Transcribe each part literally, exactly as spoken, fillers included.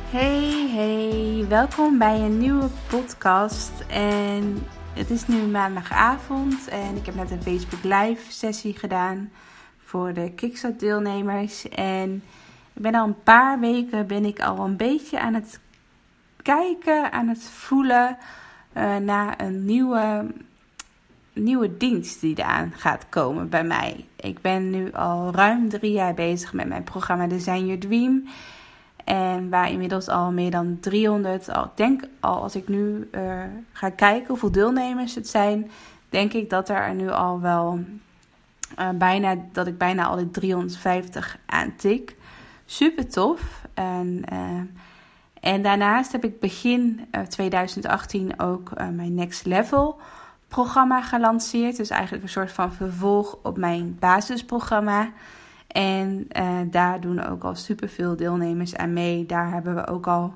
Hey, hey, welkom bij een nieuwe podcast. En het is nu maandagavond en ik heb net een Facebook Live sessie gedaan voor de Kickstart deelnemers. En ik ben al een paar weken ben ik al een beetje aan het kijken, aan het voelen uh, naar een nieuwe, nieuwe dienst die eraan gaat komen bij mij. Ik ben nu al ruim drie jaar bezig met mijn programma Design Your Dream. En waar inmiddels al meer dan driehonderd, al, ik denk al als ik nu uh, ga kijken hoeveel deelnemers het zijn, denk ik dat er nu al wel uh, bijna, dat ik bijna al de driehonderdvijftig aantik. Super tof. En, uh, en daarnaast heb ik begin uh, twintig achttien ook uh, mijn Next Level programma gelanceerd. Dus eigenlijk een soort van vervolg op mijn basisprogramma. En uh, daar doen ook al superveel deelnemers aan mee. Daar hebben we ook al,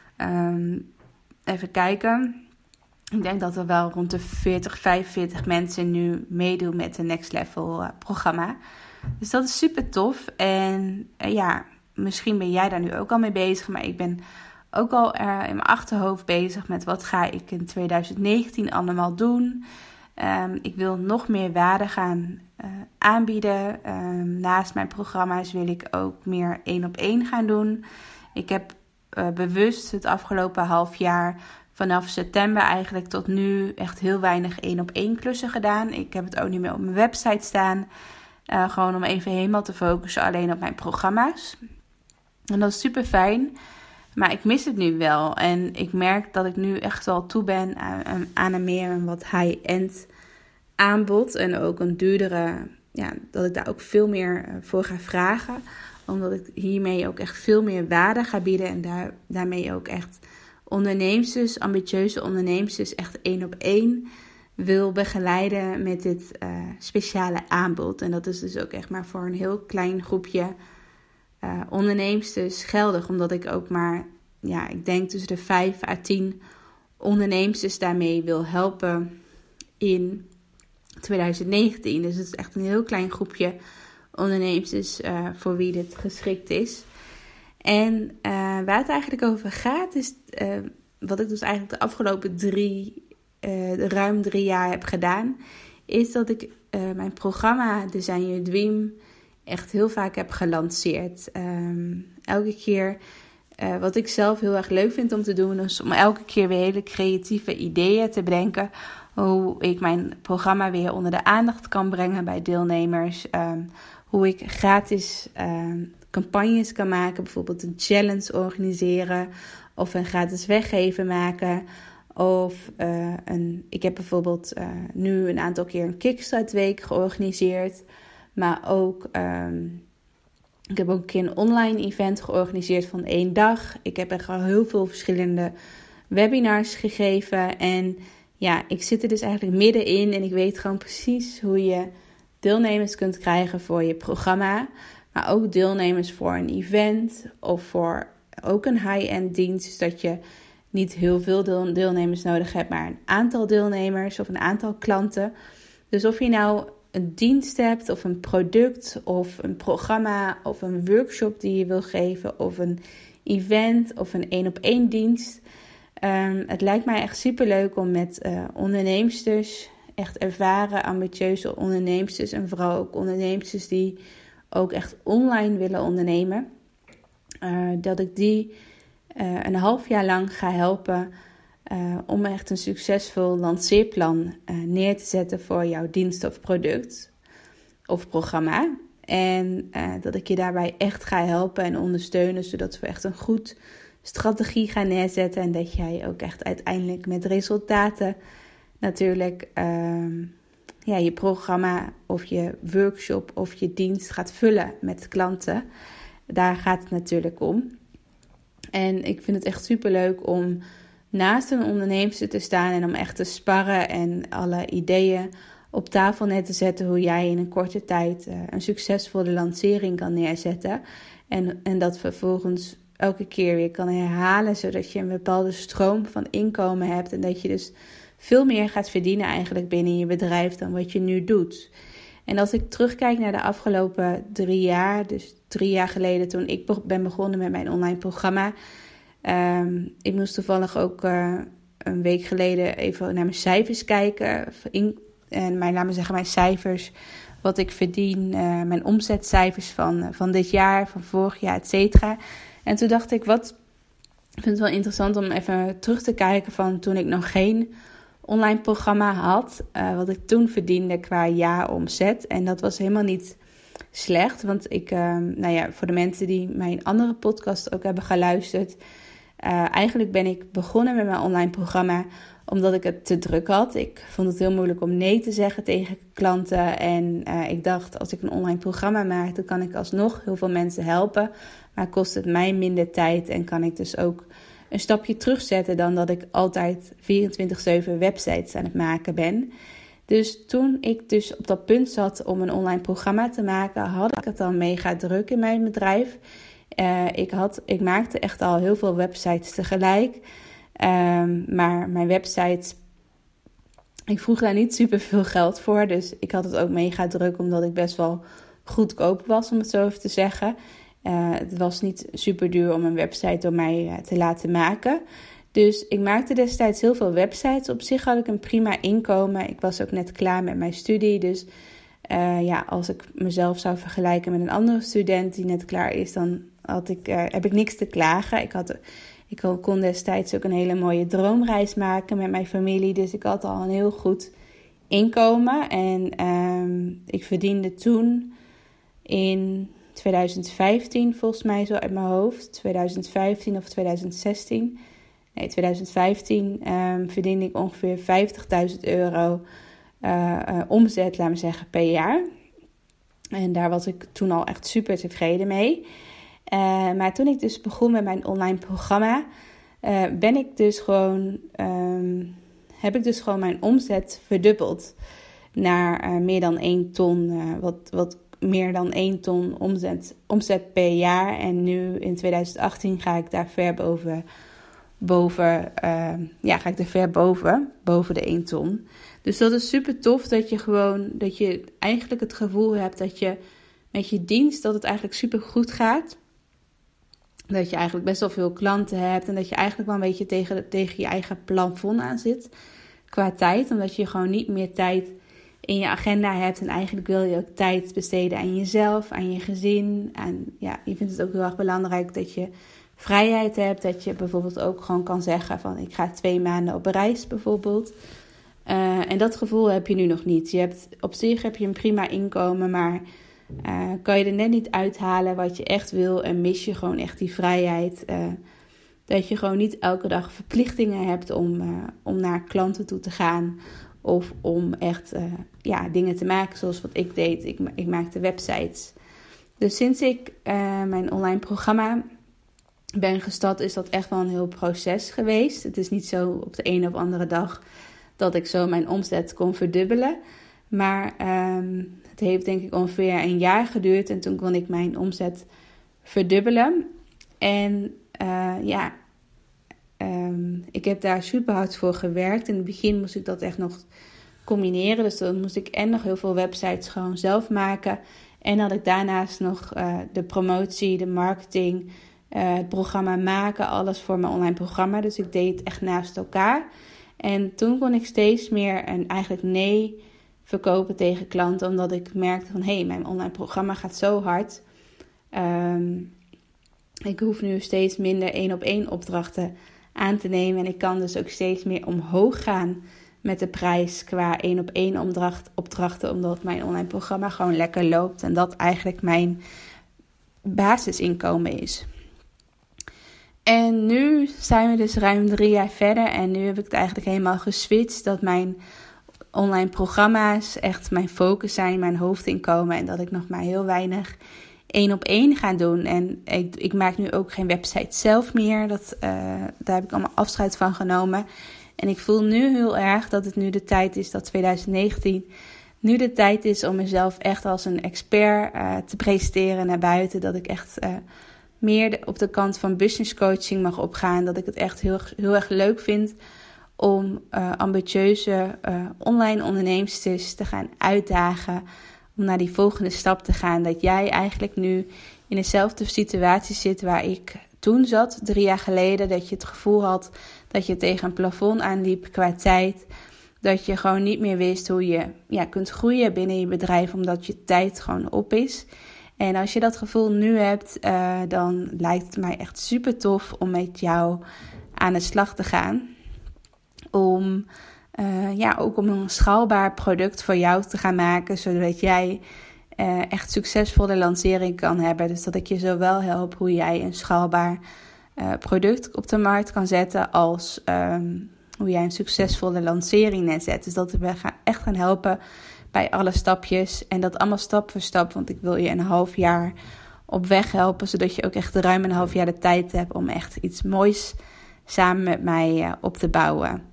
um, even kijken. Ik denk dat er wel rond de veertig, vijfenveertig mensen nu meedoen met de Next Level uh, programma. Dus dat is super tof. En uh, ja, misschien ben jij daar nu ook al mee bezig. Maar ik ben ook al uh, in mijn achterhoofd bezig met wat ga ik in twintig negentien allemaal doen. Um, ik wil nog meer waarde gaan uh, aanbieden. Um, naast mijn programma's wil ik ook meer één op één gaan doen. Ik heb uh, bewust het afgelopen half jaar vanaf september eigenlijk tot nu echt heel weinig één op één klussen gedaan. Ik heb het ook niet meer op mijn website staan. Uh, gewoon om even helemaal te focussen alleen op mijn programma's. En dat is super fijn. Maar ik mis het nu wel. En ik merk dat ik nu echt wel toe ben aan, aan een meer een wat high-end aanbod. En ook een duurdere, ja, dat ik daar ook veel meer voor ga vragen. Omdat ik hiermee ook echt veel meer waarde ga bieden. En daar, daarmee ook echt onderneemsters, ambitieuze onderneemsters, echt één op één wil begeleiden met dit uh, speciale aanbod. En dat is dus ook echt maar voor een heel klein groepje Uh, onderneemsters geldig, omdat ik ook maar, ja, ik denk tussen de vijf à tien onderneemsters daarmee wil helpen in twintig negentien. Dus het is echt een heel klein groepje onderneemsters uh, voor wie dit geschikt is. En uh, waar het eigenlijk over gaat, is uh, wat ik dus eigenlijk de afgelopen drie, uh, ruim drie jaar heb gedaan, is dat ik uh, mijn programma Design Your Dream echt heel vaak heb gelanceerd. Um, elke keer, uh, wat ik zelf heel erg leuk vind om te doen, is om elke keer weer hele creatieve ideeën te bedenken. Hoe ik mijn programma weer onder de aandacht kan brengen bij deelnemers. Um, hoe ik gratis um, campagnes kan maken. Bijvoorbeeld een challenge organiseren. Of een gratis weggeven maken. Of uh, een, ik heb bijvoorbeeld uh, nu een aantal keer een Kickstart week georganiseerd. Maar ook, um, ik heb ook een keer een online event georganiseerd van één dag. Ik heb echt al heel veel verschillende webinars gegeven. En ja, ik zit er dus eigenlijk middenin. En ik weet gewoon precies hoe je deelnemers kunt krijgen voor je programma. Maar ook deelnemers voor een event of voor ook een high-end dienst. Dus dat je niet heel veel deel- deelnemers nodig hebt, maar een aantal deelnemers of een aantal klanten. Dus of je nou een dienst hebt of een product of een programma of een workshop die je wil geven of een event of een één op één dienst. Um, het lijkt mij echt superleuk om met uh, onderneemsters, echt ervaren, ambitieuze onderneemsters en vooral ook onderneemsters die ook echt online willen ondernemen. Uh, dat ik die uh, een half jaar lang ga helpen Uh, om echt een succesvol lanceerplan uh, neer te zetten voor jouw dienst of product of programma. En uh, dat ik je daarbij echt ga helpen en ondersteunen, zodat we echt een goed strategie gaan neerzetten. En dat jij ook echt uiteindelijk met resultaten natuurlijk uh, ja, je programma of je workshop of je dienst gaat vullen met klanten. Daar gaat het natuurlijk om. En ik vind het echt superleuk om naast een onderneemster te staan en om echt te sparren en alle ideeën op tafel net te zetten hoe jij in een korte tijd uh, een succesvolle lancering kan neerzetten. En, en dat vervolgens elke keer weer kan herhalen, zodat je een bepaalde stroom van inkomen hebt en dat je dus veel meer gaat verdienen eigenlijk binnen je bedrijf dan wat je nu doet. En als ik terugkijk naar de afgelopen drie jaar, dus drie jaar geleden toen ik ben begonnen met mijn online programma, Um, ik moest toevallig ook uh, een week geleden even naar mijn cijfers kijken. In, en mijn, laat me zeggen, mijn cijfers, wat ik verdien, uh, mijn omzetcijfers van, uh, van dit jaar, van vorig jaar, et cetera. En toen dacht ik, wat, ik vind het wel interessant om even terug te kijken van toen ik nog geen online programma had. Uh, wat ik toen verdiende qua jaaromzet. En dat was helemaal niet slecht. Want ik, uh, nou ja, voor de mensen die mijn andere podcast ook hebben geluisterd. Uh, eigenlijk ben ik begonnen met mijn online programma omdat ik het te druk had. Ik vond het heel moeilijk om nee te zeggen tegen klanten. En uh, ik dacht, als ik een online programma maak, dan kan ik alsnog heel veel mensen helpen. Maar kost het mij minder tijd en kan ik dus ook een stapje terugzetten dan dat ik altijd vierentwintig zeven websites aan het maken ben. Dus toen ik dus op dat punt zat om een online programma te maken, had ik het al mega druk in mijn bedrijf. Uh, ik, had, ik maakte echt al heel veel websites tegelijk. Um, maar mijn websites, ik vroeg daar niet super veel geld voor. Dus ik had het ook mega druk omdat ik best wel goedkoop was, om het zo even te zeggen. Uh, het was niet super duur om een website door mij uh, te laten maken. Dus ik maakte destijds heel veel websites. Op zich had ik een prima inkomen. Ik was ook net klaar met mijn studie. Dus uh, ja, als ik mezelf zou vergelijken met een andere student die net klaar is, dan had ik, uh, heb ik niks te klagen. Ik, had, ik kon destijds ook een hele mooie droomreis maken met mijn familie. Dus ik had al een heel goed inkomen. En um, ik verdiende toen in twintig vijftien, volgens mij zo uit mijn hoofd. twintig vijftien of twintig zestien. Nee, twintig vijftien um, verdiende ik ongeveer vijftigduizend euro uh, uh, omzet, laten we zeggen, per jaar. En daar was ik toen al echt super tevreden mee. Uh, maar toen ik dus begon met mijn online programma, uh, ben ik dus gewoon, um, heb ik dus gewoon mijn omzet verdubbeld naar uh, meer dan één ton, uh, wat, wat meer dan één ton omzet, omzet per jaar. En nu in twintig achttien ga ik daar ver boven, boven uh, ja, ga ik er ver boven, boven de één ton. Dus dat is super tof dat je gewoon, dat je eigenlijk het gevoel hebt dat je met je dienst, dat het eigenlijk super goed gaat. Dat je eigenlijk best wel veel klanten hebt en dat je eigenlijk wel een beetje tegen, tegen je eigen plafond aan zit qua tijd. Omdat je gewoon niet meer tijd in je agenda hebt en eigenlijk wil je ook tijd besteden aan jezelf, aan je gezin. En ja, je vindt het ook heel erg belangrijk dat je vrijheid hebt. Dat je bijvoorbeeld ook gewoon kan zeggen van ik ga twee maanden op reis bijvoorbeeld. Uh, en dat gevoel heb je nu nog niet. Je hebt, op zich heb je een prima inkomen, maar uh, kan je er net niet uithalen wat je echt wil en mis je gewoon echt die vrijheid. Uh, dat je gewoon niet elke dag verplichtingen hebt om, uh, om naar klanten toe te gaan of om echt uh, ja, dingen te maken zoals wat ik deed. Ik, ik maakte websites. Dus sinds ik uh, mijn online programma ben gestart, is dat echt wel een heel proces geweest. Het is niet zo op de een of andere dag dat ik zo mijn omzet kon verdubbelen. Maar um, het heeft denk ik ongeveer een jaar geduurd. En toen kon ik mijn omzet verdubbelen. En uh, ja, um, ik heb daar super hard voor gewerkt. In het begin moest ik dat echt nog combineren. Dus dan moest ik en nog heel veel websites gewoon zelf maken. En had ik daarnaast nog uh, de promotie, de marketing, uh, het programma maken. Alles voor mijn online programma. Dus ik deed het echt naast elkaar. En toen kon ik steeds meer en eigenlijk nee verkopen tegen klanten. Omdat ik merkte van hé, hey, mijn online programma gaat zo hard. Um, ik hoef nu steeds minder één op één opdrachten aan te nemen. En ik kan dus ook steeds meer omhoog gaan met de prijs qua één op één opdracht, opdrachten. Omdat mijn online programma gewoon lekker loopt. En dat eigenlijk mijn basisinkomen is. En nu zijn we dus ruim drie jaar verder. En nu heb ik het eigenlijk helemaal geswitcht. Dat mijn online programma's echt mijn focus zijn, mijn hoofdinkomen. En dat ik nog maar heel weinig één op één ga doen. En ik, ik maak nu ook geen website zelf meer. Dat, uh, daar heb ik allemaal afscheid van genomen. En ik voel nu heel erg dat het nu de tijd is, dat twintig negentien... nu de tijd is om mezelf echt als een expert uh, te presenteren naar buiten. Dat ik echt Uh, meer op de kant van business coaching mag opgaan. Dat ik het echt heel, heel erg leuk vind om uh, ambitieuze uh, online onderneemsters te gaan uitdagen. Om naar die volgende stap te gaan. Dat jij eigenlijk nu in dezelfde situatie zit waar ik toen zat, drie jaar geleden. Dat je het gevoel had dat je tegen een plafond aanliep qua tijd. Dat je gewoon niet meer wist hoe je ja, kunt groeien binnen je bedrijf, omdat je tijd gewoon op is. En als je dat gevoel nu hebt, uh, dan lijkt het mij echt super tof om met jou aan de slag te gaan. Om uh, ja, ook om een schaalbaar product voor jou te gaan maken, zodat jij uh, echt succesvolle lancering kan hebben. Dus dat ik je zowel help hoe jij een schaalbaar uh, product op de markt kan zetten, als um, hoe jij een succesvolle lancering neerzet. Dus dat we gaan echt gaan helpen bij alle stapjes. En dat allemaal stap voor stap. Want ik wil je een half jaar op weg helpen. Zodat je ook echt ruim een half jaar de tijd hebt om echt iets moois samen met mij uh, op te bouwen.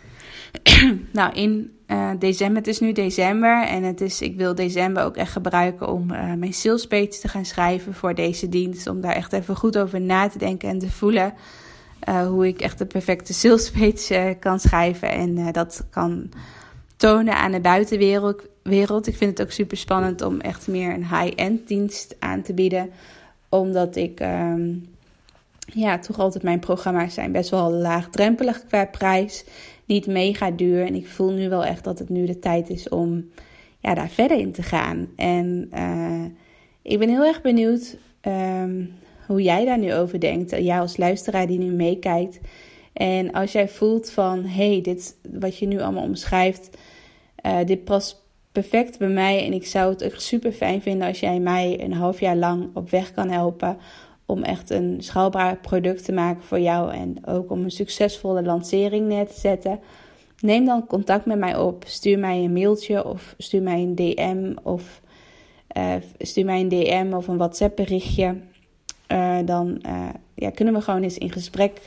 nou, in uh, december, het is nu december. En het is, ik wil december ook echt gebruiken om uh, mijn sales page te gaan schrijven voor deze dienst. Om daar echt even goed over na te denken en te voelen. Uh, hoe ik echt de perfecte sales page uh, kan schrijven. En uh, dat kan tonen aan de buitenwereld. Wereld. Ik vind het ook super spannend om echt meer een high-end dienst aan te bieden. Omdat ik um, ja, toch altijd mijn programma's zijn best wel laagdrempelig qua prijs. Niet mega duur. En ik voel nu wel echt dat het nu de tijd is om ja, daar verder in te gaan. En uh, ik ben heel erg benieuwd um, hoe jij daar nu over denkt. Jij als luisteraar die nu meekijkt. En als jij voelt van, hey, dit wat je nu allemaal omschrijft, uh, dit past perfect bij mij. En ik zou het echt super fijn vinden als jij mij een half jaar lang op weg kan helpen om echt een schaalbaar product te maken voor jou. En ook om een succesvolle lancering neer te zetten. Neem dan contact met mij op. Stuur mij een mailtje of stuur mij een D M. Of uh, stuur mij een D M of een WhatsApp berichtje. Uh, dan uh, ja, kunnen we gewoon eens in gesprek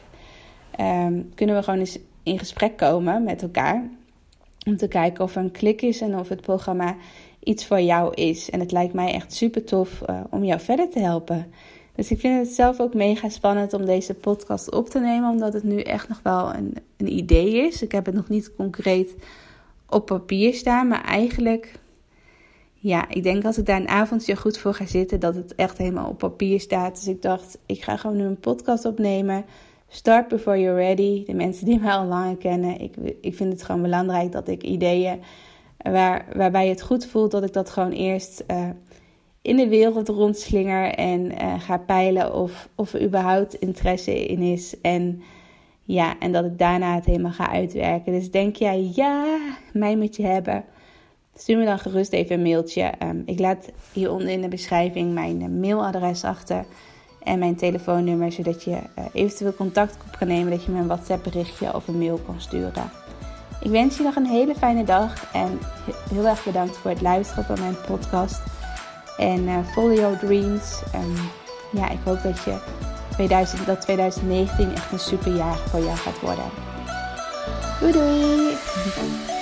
um, kunnen we gewoon eens in gesprek komen met elkaar. Om te kijken of er een klik is en of het programma iets voor jou is. En het lijkt mij echt super tof uh, om jou verder te helpen. Dus ik vind het zelf ook mega spannend om deze podcast op te nemen. Omdat het nu echt nog wel een, een idee is. Ik heb het nog niet concreet op papier staan. Maar eigenlijk, ja, ik denk als ik daar een avondje goed voor ga zitten, dat het echt helemaal op papier staat. Dus ik dacht, ik ga gewoon nu een podcast opnemen. Start before you're ready. De mensen die mij al langer kennen. Ik, ik vind het gewoon belangrijk dat ik ideeën waar, waarbij je het goed voelt, dat ik dat gewoon eerst uh, in de wereld rondslinger en uh, ga peilen of, of er überhaupt interesse in is. En ja, en dat ik daarna het helemaal ga uitwerken. Dus denk jij, ja, mij moet je hebben. Stuur me dan gerust even een mailtje. Um, ik laat hieronder in de beschrijving mijn mailadres achter. En mijn telefoonnummer, zodat je uh, eventueel contact op kan nemen. Dat je me een WhatsApp berichtje of een mail kan sturen. Ik wens je nog een hele fijne dag. En heel erg bedankt voor het luisteren van mijn podcast. En uh, follow your dreams. Um, ja, ik hoop dat, je tweeduizend, dat twintig negentien echt een super jaar voor jou gaat worden. Doei doei!